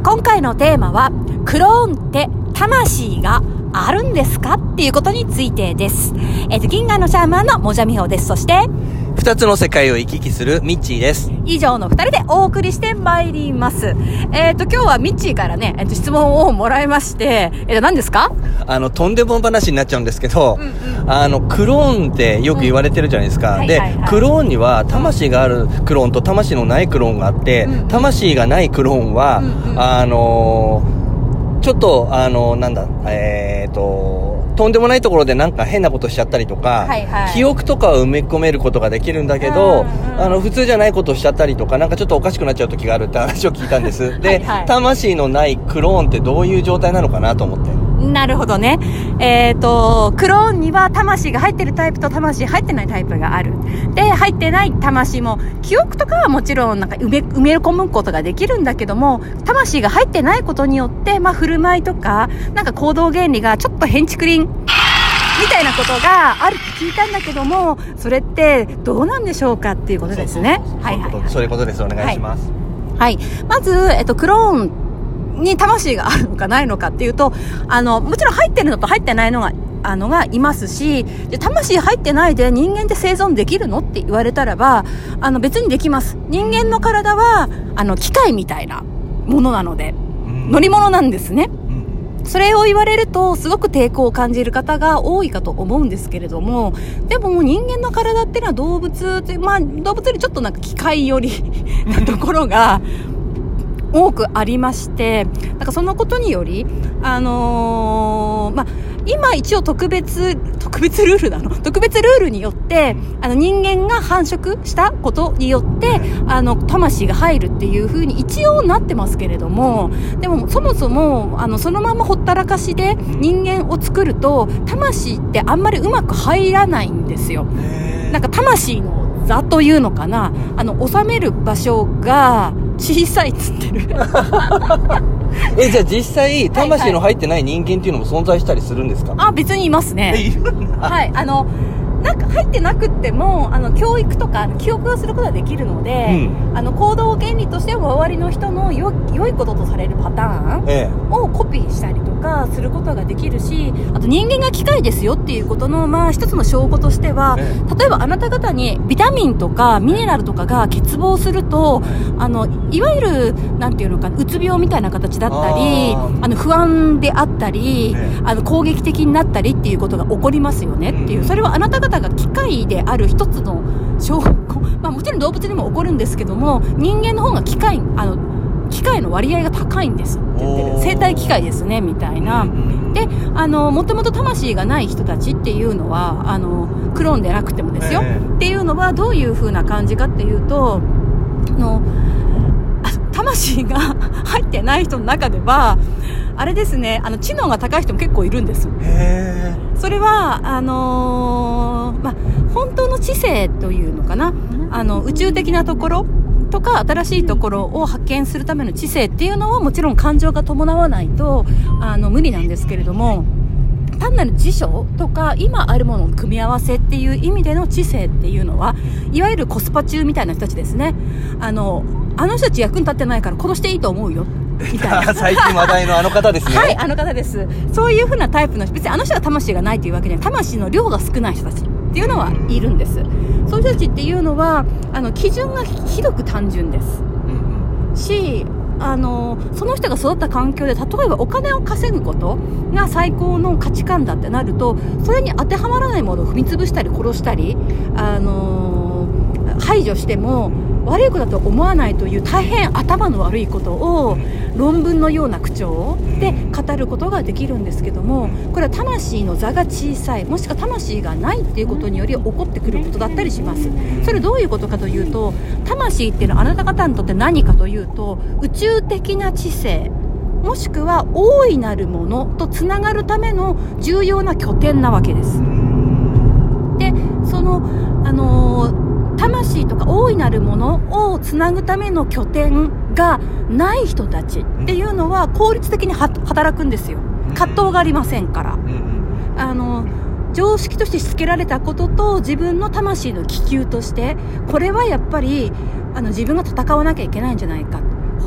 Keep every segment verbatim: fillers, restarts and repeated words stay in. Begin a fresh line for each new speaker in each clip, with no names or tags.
今回のテーマはクローンって魂があるんですかっていうことについてです。えっと銀河のシャーマンのもじゃみほです。そして
二つの世界を行き来するミッチーです。
以上の二人でお送りしてまいります。えっと今日はミッチーからね、えっと質問をもらいまして、えっと何ですか？
あのとんでも話になっちゃうんですけど、うんうん、あのクローンってよく言われてるじゃないですか。うん、で、はいはいはい、クローンには魂があるクローンと魂のないクローンがあって、うんうん、魂がないクローンは、うんうん、あのー、ちょっとあのー、なんだえっととんでもないところでなんか変なことしちゃったりとか、はいはい、記憶とかを埋め込めることができるんだけど、うんうん、あの普通じゃないことをしちゃったりとか、なんかちょっとおかしくなっちゃう時があるって話を聞いたんです。で、はいはい、魂のないクローンってどういう状態なのかなと思って。
なるほどね。えっとクローンには魂が入ってるタイプと魂入ってないタイプがある。で、入ってない魂も記憶とかはもちろんなんか埋め、埋め込むことができるんだけども、魂が入ってないことによって、まあ振る舞いとかなんか行動原理がちょっと変築林みたいなことがあるって聞いたんだけども、それってどうなんでしょうかっていうことですね。
はいはい、はい、そういうことです。お願いします。
はい、はい、まず、えっと、クローンに魂があるのかないのかっていうと、あのもちろん入ってるのと入ってないのがあのがいますし、で魂入ってないで人間って生存できるのって言われたらば、あの別にできます。人間の体はあの機械みたいなものなので、うん、乗り物なんですね。それを言われるとすごく抵抗を感じる方が多いかと思うんですけれども、でも人間の体っていうのは動物って、まあ動物よりちょっとなんか機械寄りなところが多くありまして、なんかそのことにより、あのー、まあ今一応特別特別ルールなの特別ルールによってあの人間が繁殖したことによってあの魂が入るっていう風に一応なってますけれども、でもそもそもあのそのままほったらかしで人間を作ると魂ってあんまりうまく入らないんですよ。なんか魂の座というのかな、あの収める場所が小さいっつってる
え、じゃあ実際魂の入ってない人間っていうのも存在したりするんですか？
あ、別にいますね。
いるんだ。
はい、あのなんか入ってなくってもあの教育とか記憶をすることができるので、うん、あの行動原理としては周りの人のよ良いこととされるパターン、ええ、をコピーしたりとかすることができるし、あと人間が機械ですよっていうことの、まあ、一つの証拠としては、ええ、例えばあなた方にビタミンとかミネラルとかが欠乏すると、あのいわゆるなんていうのかうつ病みたいな形だったり、ああの不安であったり、ええ、あの攻撃的になったりっていうことが起こりますよねっていう、うん、それはあなた方が機械である一つの証拠、まあ、もちろん動物にも起こるんですけども、人間の方が機械あの機械の割合が高いんですって言ってる。生体機械ですねみたいな。で、あのもともと魂がない人たちっていうのはあのクローンでなくてもですよ、えー、っていうのはどういう風な感じかっていうと、あの魂が入ってない人の中ではあれですね、あの知能が高い人も結構いるんです。
へー。
それはあのーまあ、本当の知性というのかな、あの宇宙的なところとか新しいところを発見するための知性っていうのはもちろん感情が伴わないとあの無理なんですけれども、単なる辞書とか今あるものの組み合わせっていう意味での知性っていうのはいわゆるコスパ中みたいな人たちですね。あのあの人たち役に立ってないから殺していいと思うよみたいな
最近話題のあの方ですね。
はい、あの方です。そういう風なタイプの人、別にあの人は魂がないというわけでは、魂の量が少ない人たちっていうのはいるんです。そういう人たちっていうのはあの基準がひどく単純です、うん、しあのその人が育った環境で例えばお金を稼ぐことが最高の価値観だってなると、それに当てはまらないものを踏み潰したり殺したり、あの排除しても悪いことだと思わないという大変頭の悪いことを論文のような口調で語ることができるんですけども、これは魂の座が小さい、もしくは魂がないっていうことにより起こってくることだったりします。それどういうことかというと、魂っていうのはあなた方にとって何かというと、宇宙的な知性もしくは大いなるものとつながるための重要な拠点なわけです。で、そのあのー魂とか大いなるものをつなぐための拠点がない人たちっていうのは効率的に働くんですよ。葛藤がありませんから、あの常識としてしつけられたことと自分の魂の気球として、これはやっぱりあの自分が戦わなきゃいけないんじゃないか、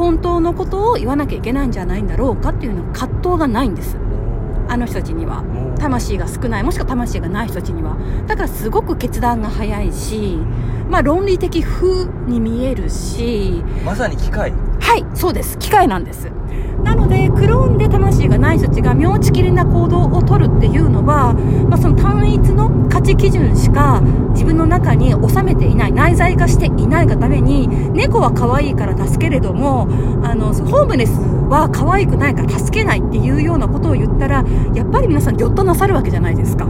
本当のことを言わなきゃいけないんじゃないんだろうかっていうの葛藤がないんです。あの人たちには魂が少ない、もしくは魂がない人たちには。だからすごく決断が早いし、まあ論理的風に見えるし、
まさに機械。
はい、そうです、機械なんです。なのでクローンで魂がない人たちが妙ちきりな行動を取るっていうのは、まあ、その単一の価値基準しか自分の中に収めていない、内在化していないがために、猫は可愛いから助けれども、あのホームレスは可愛くないから助けないっていうようなことを言ったら、やっぱり皆さんギョッとなさるわけじゃないですか。うん、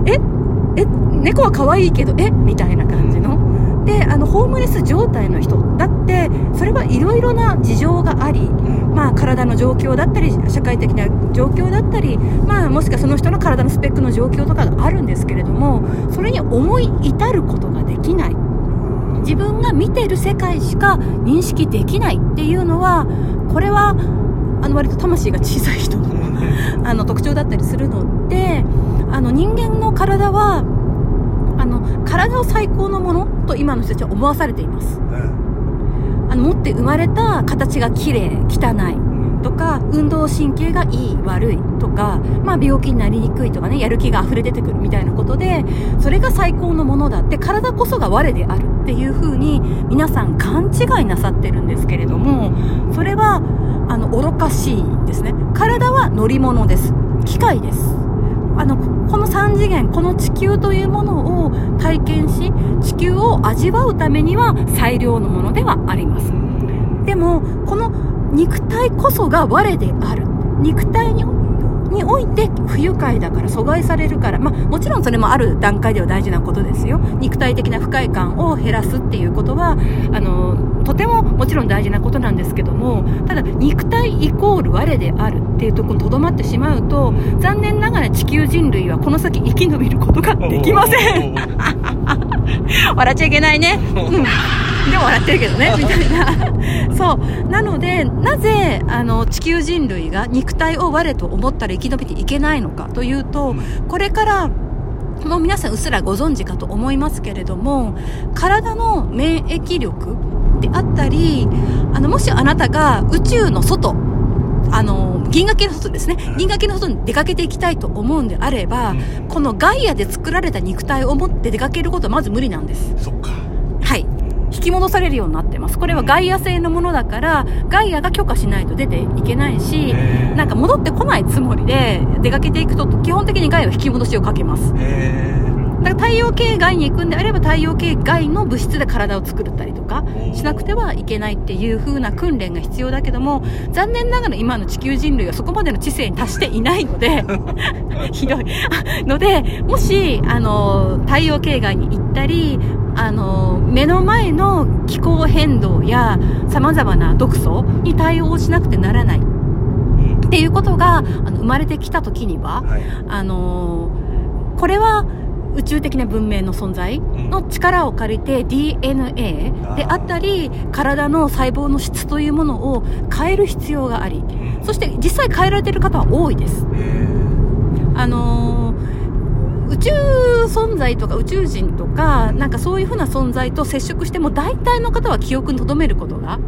ええ猫は可愛いけどえみたいな感じの。で、あのホームレス状態の人だってそれはいろいろな事情があり、まあ、体の状況だったり社会的な状況だったり、まあ、もしくはその人の体のスペックの状況とかがあるんですけれども、それに思い至ることができない、自分が見ている世界しか認識できないっていうのは、これはあの割と魂が小さい人のあの特徴だったりするので、あの人間の体はあの体を最高のものと今の人たちは思わされています、うん、あの持って生まれた形が綺麗汚いとか、運動神経がいい悪いとか、まあ、病気になりにくいとかね、やる気が溢れ出てくるみたいなことで、それが最高のものだって、体こそが我であるっていう風に皆さん勘違いなさってるんですけれども、それはあの愚かしいんですね。体は乗り物です、機械です。あのこのさん次元、この地球というものを体験し、地球を味わうためには最良のものではあります。でもこの肉体こそが我である、肉体ににおいて不愉快だから阻害されるから、まあ、もちろんそれもある段階では大事なことですよ。肉体的な不快感を減らすっていうことはあのとてももちろん大事なことなんですけども、ただ肉体イコール我であるっていうところにとどまってしまうと、残念ながら地球人類はこの先生き延びることができません笑っちゃいけないね、うん、でも笑ってるけどねみたいなそうなので、なぜあの地球人類が肉体を我と思ったら生き延びていけないのかというと、これからもう皆さんうっすらご存知かと思いますけれども、体の免疫力であったり、あのもしあなたが宇宙の外、あの銀河系の外ですね、銀河系の外に出かけていきたいと思うんであれば、このガイアで作られた肉体を持って出かけることはまず無理なんです。
そっか。
はい、引き戻されるようになってます。これはガイア製のものだから、ガイアが許可しないと出ていけないし、なんか戻ってこないつもりで出かけていくと基本的にガイアは引き戻しをかけます。だから太陽系外に行くんであれば、太陽系外の物質で体を作ったりとかしなくてはいけないっていう風な訓練が必要だけども、残念ながら今の地球人類はそこまでの知性に達していないのでひどいので、もしあの太陽系外に行ったり、あの目の前の気候変動や様々な毒素に対応しなくてならないっていうことがあの生まれてきた時には、はい、あのこれは宇宙的な文明の存在の力を借りて ディーエヌエー であったり、体の細胞の質というものを変える必要があり、そして実際変えられている方は多いです。あのー、宇宙存在とか宇宙人とかなんかそういうふうな存在と接触しても大体の方は記憶に留めることが、うん、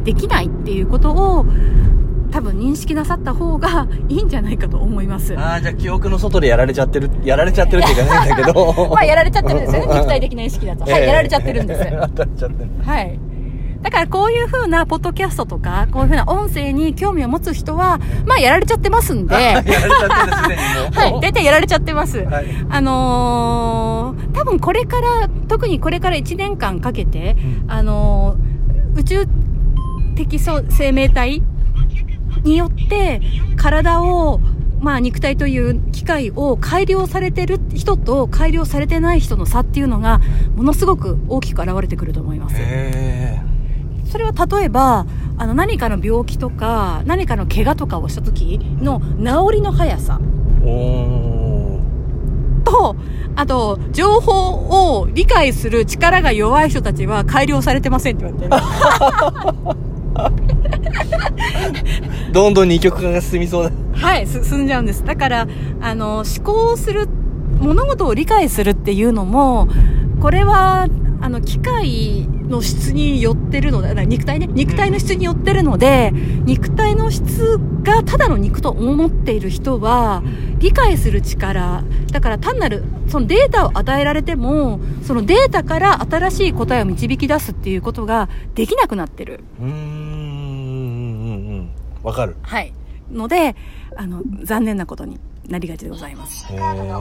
できないっていうことを多分認識なさった方がいいんじゃないかと思います。
ああ、じゃあ記憶の外でやられちゃってる、やられちゃってるっていうかないんだけど
まあやられちゃってるんですよね、肉体的な意識だと。はい、やられちゃってるんです。
やられちゃってる。
はい。だからこういう風なポッドキャストとか、こういう風な音声に興味を持つ人は、まあやられちゃってますんで。やられちゃってるすでにもう。はい、大体やられちゃってます。はい、あのー、多分これから、特にこれからいちねんかんかけて、うん、あのー、宇宙的生命体によって体を、まあ肉体という機械を改良されてる人と改良されてない人の差っていうのがものすごく大きく現れてくると思います。
へー。
それは例えばあの何かの病気とか何かの怪我とかをした時の治りの速さと、あと情報を理解する力が弱い人たちは改良されてませんって言われて
どんどん二極化が進みそうだ。
はい、進んじゃうんです。だからあの思考する、物事を理解するっていうのも、これはあの機械の質によってるので、肉体ね肉体の質によってるので、肉体の質がただの肉と思っている人は理解する力だから、単なるそのデータを与えられてもそのデータから新しい答えを導き出すっていうことができなくなってる。
うーん、わかる。
はいので、あの残念なことになりがちでございます。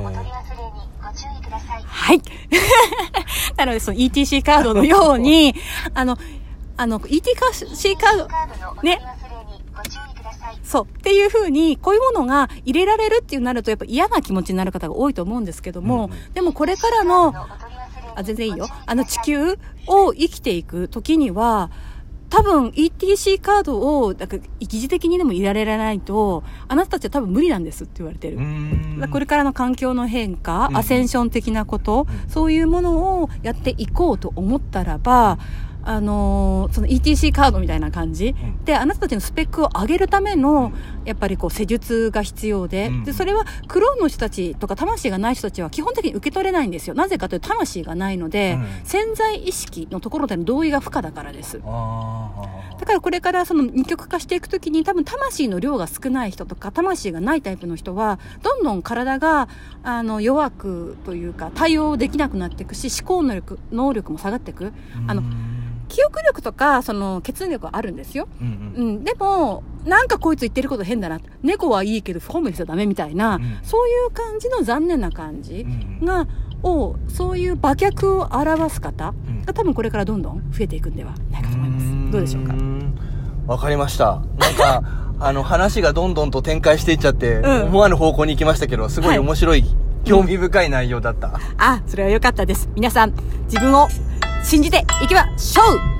はい。なので、その イーティーシー カードのように、あの、あの、イーティーシー カード、ね。そう。っていう風に、こういうものが入れられるっていうなると、やっぱ嫌な気持ちになる方が多いと思うんですけども、うん、でもこれからの、あ、全然いいよ。あの地球を生きていく時には、多分 イーティーシー カードをだから一時的にでも入れられないとあなたたちは多分無理なんですって言われてる。これからの環境の変化、アセンション的なこと、そういうものをやっていこうと思ったらば、あのー、その イーティーシー カードみたいな感じ、うん、であなたたちのスペックを上げるためのやっぱりこう施術が必要で、うん、でそれはクローンの人たちとか魂がない人たちは基本的に受け取れないんですよ。なぜかというと魂がないので、うん、潜在意識のところでの同意が不可だからです。あだからこれからその二極化していくときに多分魂の量が少ない人とか魂がないタイプの人はどんどん体があの弱くというか対応できなくなっていくし、思考能力能力も下がっていく。あの記憶力とかその決断力はあるんですよ、うんうんうん、でもなんかこいつ言ってること変だな、猫はいいけど不本命じゃダメみたいな、うん、そういう感じの残念な感じが、うん、をそういう馬脚を表す方が多分これからどんどん増えていくんではないかと思います。どうでしょうか。
わかりました。なんかあの話がどんどんと展開していっちゃって、うん、思わぬ方向に行きましたけど、すごい面白い、はい、興味深い内容だった、うん、
あ、それは良かったです。皆さん自分を信じていきましょう。